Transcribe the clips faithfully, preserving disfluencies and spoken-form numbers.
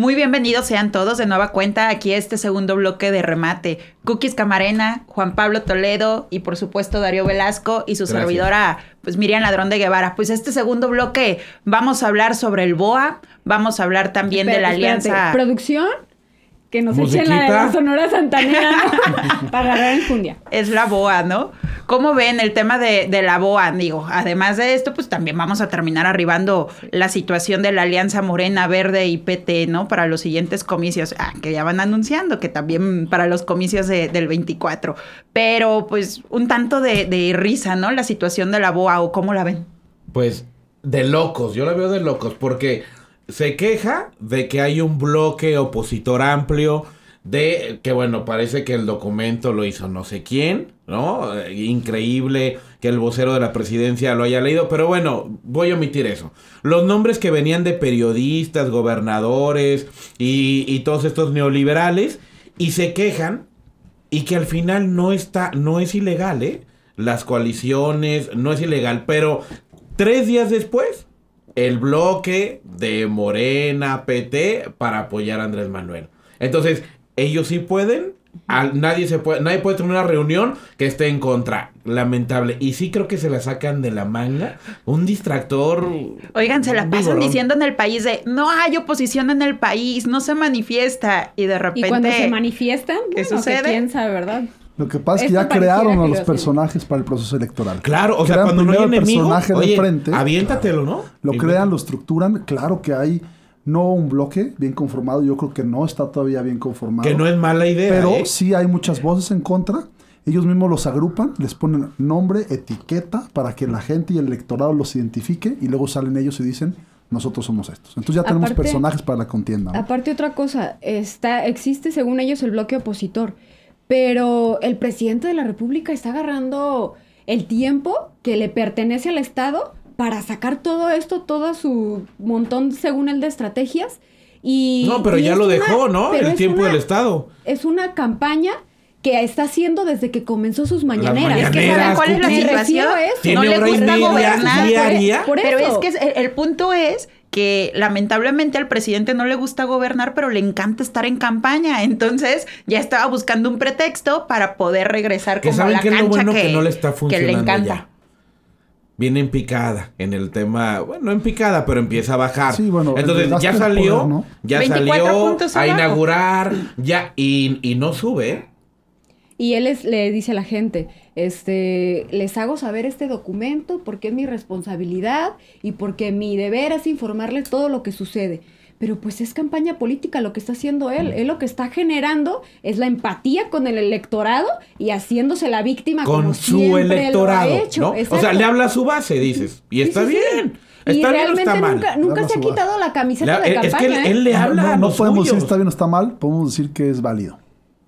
Muy bienvenidos sean todos de nueva cuenta aquí a este segundo bloque de Remate. Cookies Camarena, Juan Pablo Toledo y por supuesto Darío Velasco y su Gracias. servidora pues Miriam Ladrón de Guevara. Pues este segundo bloque vamos a hablar sobre el B O A, vamos a hablar también espérate, de la alianza... Espérate. ¿Producción? Que nos Musiquita. echen la de la Sonora Santanera, ¿no? Para agarrar en Jundia. Es la B O A, ¿no? ¿Cómo ven el tema de, de la B O A? Digo, además de esto, pues también vamos a terminar arribando la situación de la Alianza Morena, Verde y P T, ¿no? Para los siguientes comicios, ah, que ya van anunciando, que también para los comicios de, del veinticuatro. Pero, pues, un tanto de, de risa, ¿no? La situación de la B O A, ¿o cómo la ven? Pues, de locos, yo la veo de locos, porque... se queja de que hay un bloque opositor amplio, de que bueno, parece que el documento lo hizo no sé quién, ¿no? Eh, increíble que el vocero de la presidencia lo haya leído, pero bueno, voy a omitir eso. Los nombres que venían de periodistas, gobernadores y, y todos estos neoliberales, y se quejan, y que al final no está, no es ilegal, ¿eh? Las coaliciones, no es ilegal, pero tres días después... el bloque de Morena, P T, para apoyar a Andrés Manuel. Entonces, ellos sí pueden, al, nadie se puede, nadie puede tener una reunión que esté en contra. Lamentable. Y sí creo que se la sacan de la manga. Un distractor. Oigan, se la pasan vigorón. diciendo en el país de no hay oposición en el país, no se manifiesta. Y de repente. Y cuando se manifiestan, ¿qué bueno, sucede? Que quién sabe, ¿verdad? Lo que pasa es que Esto ya crearon a los personajes para el proceso electoral. Claro, o sea, crean cuando no hay enemigo, personaje oye, de frente, aviéntatelo, ¿no? Lo y crean, lo estructuran. Claro que hay no un bloque bien conformado. Yo creo que no está todavía bien conformado. Que no es mala idea, Pero ¿eh? sí hay muchas voces en contra. Ellos mismos los agrupan, les ponen nombre, etiqueta, para que la gente y el electorado los identifique. Y luego salen ellos y dicen... nosotros somos estos. Entonces ya tenemos aparte, personajes para la contienda, ¿no? Aparte otra cosa, está existe según ellos el bloque opositor, pero el presidente de la República está agarrando el tiempo que le pertenece al Estado para sacar todo esto, todo su montón, según él, de estrategias. Y, no, pero y ya lo una, dejó, ¿no? El tiempo una, del Estado. Es una campaña que está haciendo desde que comenzó sus mañaneras. Las mañaneras, es que ¿saben cuál es la situación? No le gusta gobernar. Diaria. Por, por pero es que es, el, el punto es que lamentablemente al presidente no le gusta gobernar, pero le encanta estar en campaña. Entonces ya estaba buscando un pretexto para poder regresar como a la que cancha lo bueno que, que no le está funcionando que le encanta. Ya. Viene en picada en el tema, bueno, no en picada, pero empieza a bajar. Sí, bueno, entonces ya salió, poder, ¿no? ya salió a inaugurar, ya y, y no sube, ¿eh? Y él es, le dice a la gente, este, les hago saber este documento porque es mi responsabilidad y porque mi deber es informarles todo lo que sucede. Pero pues es campaña política lo que está haciendo él. Él lo que está generando es la empatía con el electorado y haciéndose la víctima con como su siempre electorado, lo ha hecho. ¿no? O sea, le habla a su base, dices. Y está sí, sí, bien. Sí. ¿Está y bien realmente o está nunca, mal? nunca se ha quitado la camiseta la, de campaña. Es que él, ¿eh? él le habla no, a no los podemos suyos. decir está bien o está mal, podemos decir que es válido.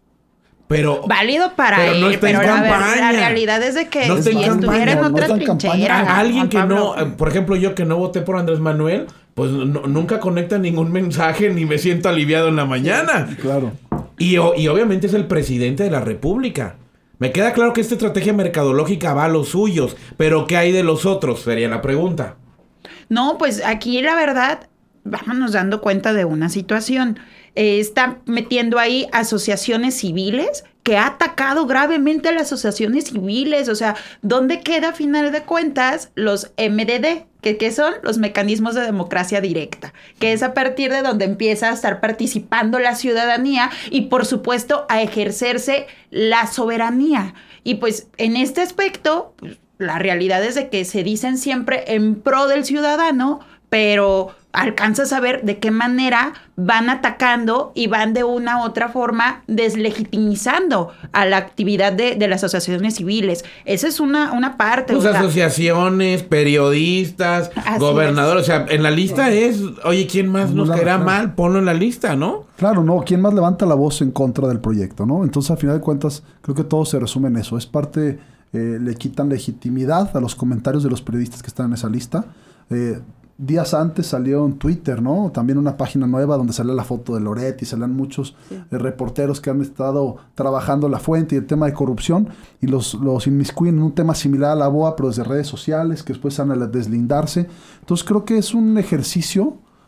Pero, válido para pero él, no está pero en la, campaña. la realidad es de que no si estuviera en otra no trinchera. A alguien que Pablo. no, por ejemplo, yo que no voté por Andrés Manuel, pues no, nunca conecta ningún mensaje ni me siento aliviado en la mañana. Sí, claro. Y, y obviamente es el presidente de la República. Me queda claro que esta estrategia mercadológica va a los suyos, pero ¿qué hay de los otros? Sería la pregunta. No, pues aquí la verdad, vámonos dando cuenta de una situación. Eh, está metiendo ahí asociaciones civiles que ha atacado gravemente a las asociaciones civiles. O sea, ¿dónde queda a final de cuentas los M D D? ¿Qué, qué son? Los mecanismos de democracia directa, que es a partir de donde empieza a estar participando la ciudadanía y, por supuesto, a ejercerse la soberanía. Y pues en este aspecto, pues, la realidad es de que se dicen siempre en pro del ciudadano, pero alcanzas a ver de qué manera van atacando y van de una u otra forma deslegitimizando a la actividad de, de las asociaciones civiles. Esa es una, una parte. Pues o sea, asociaciones, periodistas, gobernadores. Es. O sea, en la lista sí. es, oye, ¿quién más nos caerá claro. mal? Ponlo en la lista, ¿no? Claro, no. ¿Quién más levanta la voz en contra del proyecto, no? Entonces, al final de cuentas, creo que todo se resume en eso. Es parte, eh, le quitan legitimidad a los comentarios de los periodistas que están en esa lista. Eh, Días antes salió en Twitter, ¿no? También una página nueva donde salía la foto de Loret y salían muchos sí. eh, reporteros que han estado trabajando la fuente y el tema de corrupción y los, los inmiscuyen en un tema similar a la B O A, pero desde redes sociales que después van a deslindarse. Entonces creo que es un ejercicio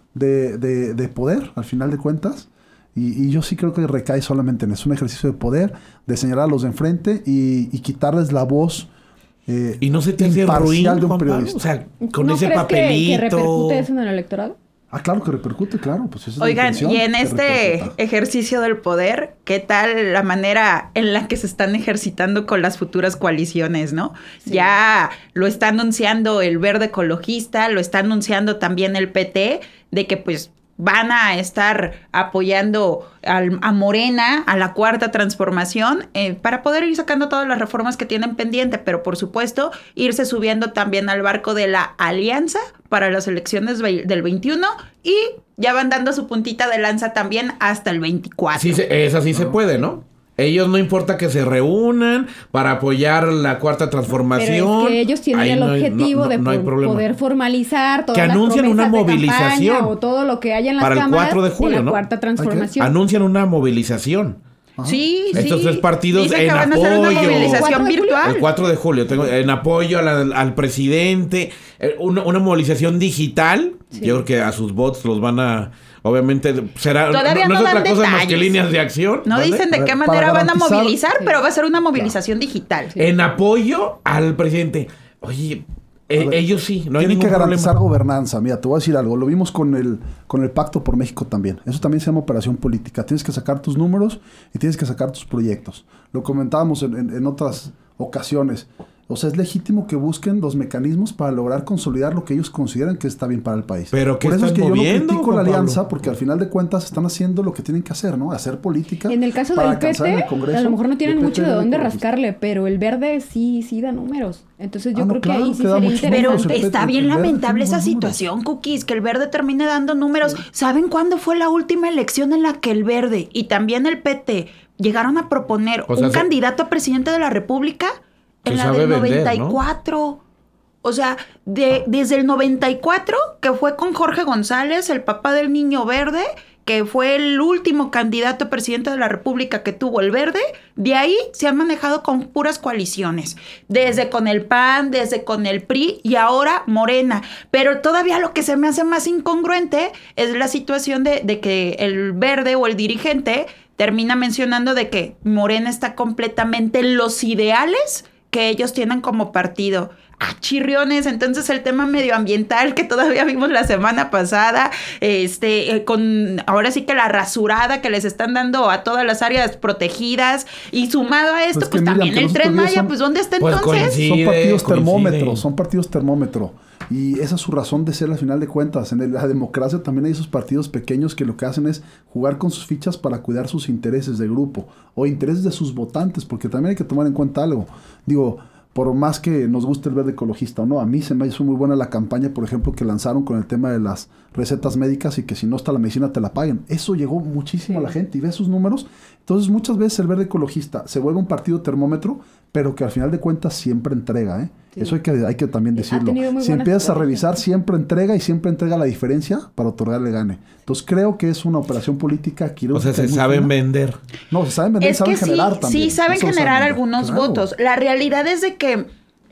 de, de, de poder, al final de cuentas. Y, y yo sí creo que recae solamente en eso. Es un ejercicio de poder, de señalar a los de enfrente y, y quitarles la voz eh, ¿Y no se te hace ruin, de un Juan Pablo? periodista. O sea, con ¿No ese crees papelito. Que, que repercute eso en el electorado? Ah, claro que repercute, claro. Pues esa es Oigan, la intención, y en que este repercuta. ejercicio del poder, ¿qué tal la manera en la que se están ejercitando con las futuras coaliciones, no? Sí. Ya lo está anunciando el Verde Ecologista, lo está anunciando también el P T, de que pues van a estar apoyando al, a Morena, a la Cuarta Transformación, eh, para poder ir sacando todas las reformas que tienen pendiente, pero por supuesto irse subiendo también al barco de la alianza para las elecciones ve- del veintiuno y ya van dando su puntita de lanza también hasta el veinticuatro. Sí, se- esa sí se puede, ¿no? Ellos no importa que se reúnan para apoyar la Cuarta Transformación. Pero es que ellos tienen Ahí el no hay- objetivo no- no- de no hay po- problema. poder formalizar todas Que las anuncien una promesas de movilización campaña o todo lo que haya en las para el cámaras cuatro de julio, la ¿no? Cuarta Transformación. Anuncian una movilización. Sí, sí. Estos tres partidos Dicen que en van a hacer una apoyo. movilización ¿cuatro de julio? virtual. El cuatro de julio, tengo, en apoyo a la- al presidente, eh, una, una movilización digital. Sí. Yo creo que a sus bots los van a, obviamente, será, Todavía no, no no es dan otra cosa más que detalles. líneas de acción. No ¿vale? dicen de A ver, qué para manera van a garantizar- movilizar, Sí. pero va a ser una movilización digital. Sí. En apoyo al presidente. Oye, eh, ver, ellos sí, no hay Tienen ningún que garantizar problema. gobernanza. Mira, te voy a decir algo. Lo vimos con el, con el Pacto por México también. Eso también se llama operación política. Tienes que sacar tus números y tienes que sacar tus proyectos. Lo comentábamos en, en- en otras ocasiones. O sea, es legítimo que busquen los mecanismos para lograr consolidar lo que ellos consideran que está bien para el país. Pero ¿qué Por eso es están que moviendo, yo no critico la Juan Pablo? alianza, porque al final de cuentas están haciendo lo que tienen que hacer, ¿no? Hacer política. En el caso para del P alcanzar en T, el Congreso, a lo mejor no tienen el P T mucho de y el dónde ecologista. rascarle, pero el verde sí, sí da números. Entonces yo Ah, no, creo claro, que ahí sí que da sería muchos interesante. Pero números, el está P T, bien el verde lamentable tiene esa buenos números. situación, Cookies, que el verde termine dando números. ¿Saben cuándo fue la última elección en la que el verde y también el P T llegaron a proponer O sea, un se- candidato a presidente de la República? Se En la sabe del vender, noventa y cuatro. O sea, de, desde el noventa y cuatro, que fue con Jorge González, el papá del Niño Verde, que fue el último candidato a presidente de la República que tuvo el Verde, de ahí se han manejado con puras coaliciones. Desde con el P A N, desde con el P R I y ahora Morena. Pero todavía lo que se me hace más incongruente es la situación de, de que el Verde o el dirigente termina mencionando de que Morena está completamente en los ideales que ellos tienen como partido. Ah, chirriones, entonces el tema medioambiental que todavía vimos la semana pasada, este, eh, con ahora sí que la rasurada que les están dando a todas las áreas protegidas, y sumado a esto, Pues que, pues, Miriam, también que el no se te Tren olvide, Maya, son- pues ¿dónde está Pues entonces? coincide. Son partidos coincide. termómetros, son partidos termómetro. Y esa es su razón de ser al final de cuentas. En el- la democracia también hay esos partidos pequeños que lo que hacen es jugar con sus fichas para cuidar sus intereses de grupo o intereses de sus votantes, porque también hay que tomar en cuenta algo. Digo, por más que nos guste el verde ecologista o no, a mí se me hizo muy buena la campaña, por ejemplo, que lanzaron con el tema de las recetas médicas y que si no está la medicina te la paguen. Eso llegó muchísimo Sí. a la gente y ve sus números. Entonces muchas veces el verde ecologista se vuelve un partido termómetro, pero que al final de cuentas siempre entrega, ¿eh? Sí. Eso hay que, hay que también Ha decirlo. tenido muy Si buenas empiezas a estrategias. revisar, siempre entrega y siempre entrega la diferencia para otorgarle gane. Entonces creo que es una operación política O quirúrgica. sea, se muy saben fina. vender. No, se saben vender, Es saben que sí, generar también. sí saben Eso lo generar saben, algunos claro. votos. La realidad es de que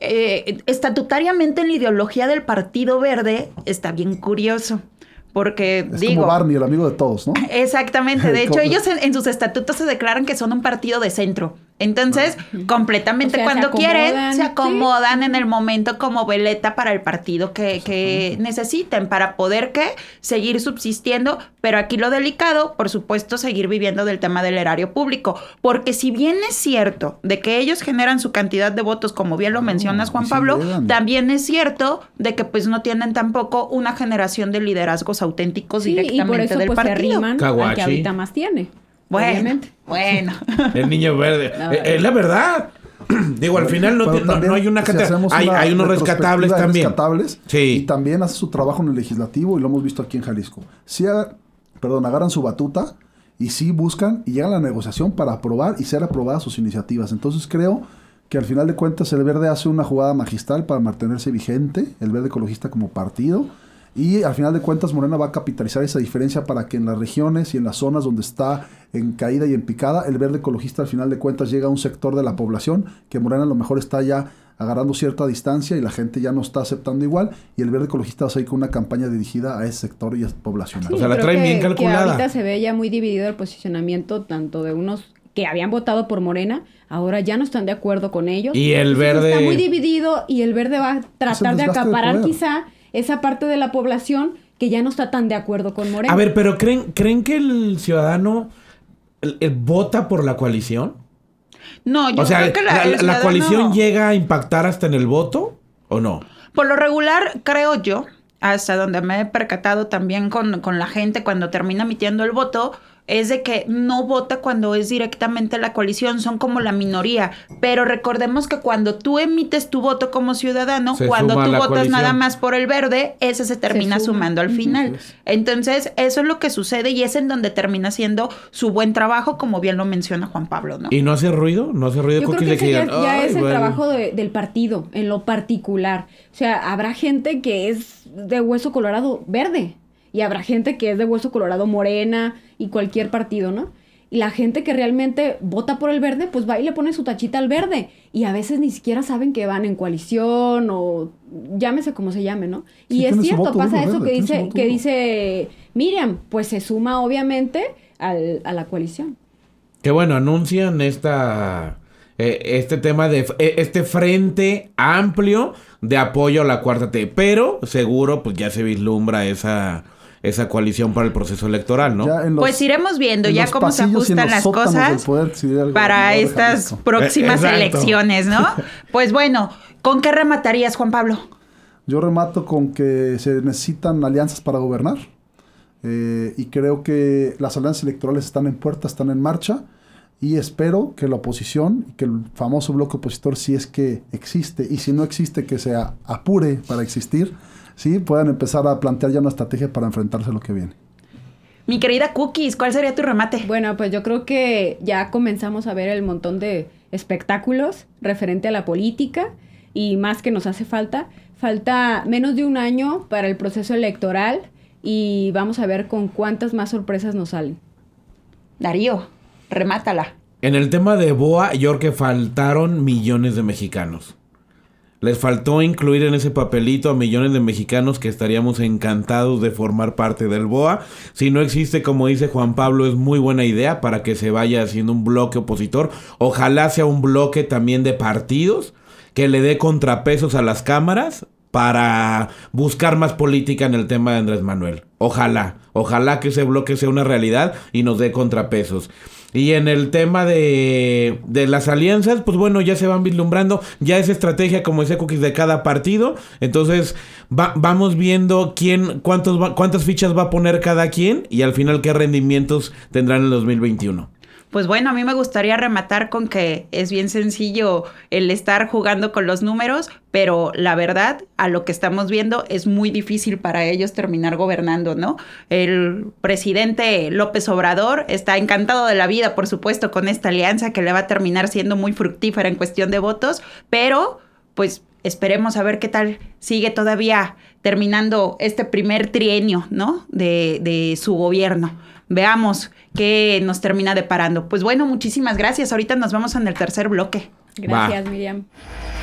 eh, estatutariamente en la ideología del Partido Verde está bien curioso. Porque Es digo, como Barney, el amigo de todos, ¿no? exactamente. De hecho, Como- ellos en, en sus estatutos se declaran que son un partido de centro. Entonces, completamente O sea, cuando se quieren, acomodan, se sí. acomodan en el momento como veleta para el partido que, que necesiten para poder ¿qué? Seguir subsistiendo. Pero aquí lo delicado, por supuesto, seguir viviendo del tema del erario público. Porque si bien es cierto de que ellos generan su cantidad de votos, como bien lo mencionas, Juan y sí Pablo, llegan. también es cierto de que pues no tienen tampoco una generación de liderazgos auténticos Sí, y directamente por eso del pues se partido. arriman al Caguachi. que ahorita más tiene. Bueno, Obviamente. bueno. El niño verde. No, Eh, es la verdad. Digo, al final no, Pero ti- no- también, no hay una si cantidad. hacemos Hay, una hay unos retrospectiva rescatables de también. rescatables, Sí. Y también hace su trabajo en el legislativo y lo hemos visto aquí en Jalisco. Sí, haga- perdón, agarran su batuta y sí buscan y llegan a la negociación para aprobar y ser aprobadas sus iniciativas. Entonces creo que al final de cuentas el Verde hace una jugada magistral para mantenerse vigente, el Verde Ecologista como partido. Y al final de cuentas Morena va a capitalizar esa diferencia para que en las regiones y en las zonas donde está en caída y en picada, el verde ecologista al final de cuentas llega a un sector de la población que Morena a lo mejor está ya agarrando cierta distancia y la gente ya no está aceptando igual, y el Verde Ecologista va a salir con una campaña dirigida a ese sector y es poblacional. Sí, o sea, la creo traen que, bien calculada. Que ahorita se ve ya muy dividido el posicionamiento tanto de unos que habían votado por Morena, ahora ya no están de acuerdo con ellos. Y el Entonces, Verde... está muy dividido y el Verde va a tratar de desgaste de acaparar poder. quizá esa parte de la población que ya no está tan de acuerdo con Morena. A ver, pero ¿creen, ¿creen que el ciudadano el- el vota por la coalición? No, yo O sea, creo que la, la, el la ciudadano- coalición llega a impactar hasta en el voto o no? Por lo regular, creo yo, hasta donde me he percatado también con, con la gente cuando termina emitiendo el voto, es de que no vota cuando es directamente la coalición, son como la minoría. Pero recordemos que cuando tú emites tu voto como ciudadano, Se cuando suma tú la votas coalición. nada más por el verde, ese se termina suma. sumando al final. Entonces, eso es lo que sucede y es en donde termina haciendo su buen trabajo, como bien lo menciona Juan Pablo, ¿no? ¿Y no hace ruido? ¿No hace ruido Yo creo cookies que de ese que ya, digan, ya "Ay, es el bueno"? trabajo de- del partido, en lo particular. O sea, habrá gente que es de hueso colorado verde y habrá gente que es de hueso colorado morena y cualquier partido, ¿no? Y la gente que realmente vota por el verde, pues va y le pone su tachita al verde. Y a veces ni siquiera saben que van en coalición o llámese como se llame, ¿no? Sí, y es tiene su cierto, voto pasa uno eso verde, que tiene su dice, voto que uno. dice Miriam, pues se suma obviamente al, a la coalición. Que bueno, anuncian esta eh, este tema de eh, este frente amplio de apoyo a la cuarta T, pero seguro pues ya se vislumbra esa esa coalición para el proceso electoral, ¿no? Ya en los- Pues iremos viendo en ya los cómo se pasillos y en ajustan los las sótanos del cosas poder decidir el para gobernador de estas Jalisco. próximas Eh, exacto. elecciones, ¿no? Pues bueno, ¿con qué rematarías, Juan Pablo? Yo remato con que se necesitan alianzas para gobernar. Eh, y creo que las alianzas electorales están en puerta, están en marcha. Y espero que la oposición, que el famoso bloque opositor, si es que existe, y si no existe, que se a- apure para existir, ¿sí? Puedan empezar a plantear ya una estrategia para enfrentarse a lo que viene. Mi querida Cookies, ¿cuál sería tu remate? Bueno, pues yo creo que ya comenzamos a ver el montón de espectáculos referente a la política y más que nos hace falta. Falta menos de un año para el proceso electoral y vamos a ver con cuántas más sorpresas nos salen. Darío, remátala. En el tema de B O A, yo creo que faltaron millones de mexicanos. Les faltó incluir en ese papelito a millones de mexicanos que estaríamos encantados de formar parte del B O A. Si no existe, como dice Juan Pablo, es muy buena idea para que se vaya haciendo un bloque opositor. Ojalá sea un bloque también de partidos que le dé contrapesos a las cámaras para buscar más política en el tema de Andrés Manuel. Ojalá, ojalá que ese bloque sea una realidad y nos dé contrapesos. Y en el tema de, de las alianzas, pues bueno, ya se van vislumbrando, ya es estrategia, como decía Cookies, de cada partido. Entonces va, vamos viendo quién, cuántos va, cuántas fichas va a poner cada quien y al final qué rendimientos tendrán en el dos mil veintiuno. Pues bueno, a mí me gustaría rematar con que es bien sencillo el estar jugando con los números, pero la verdad, a lo que estamos viendo, es muy difícil para ellos terminar gobernando, ¿no? El presidente López Obrador está encantado de la vida, por supuesto, con esta alianza que le va a terminar siendo muy fructífera en cuestión de votos, pero pues esperemos a ver qué tal sigue todavía terminando este primer trienio, ¿no? De, de su gobierno. Veamos qué nos termina deparando. Pues bueno, muchísimas gracias. Ahorita nos vemos en el tercer bloque. Gracias, Va. Miriam.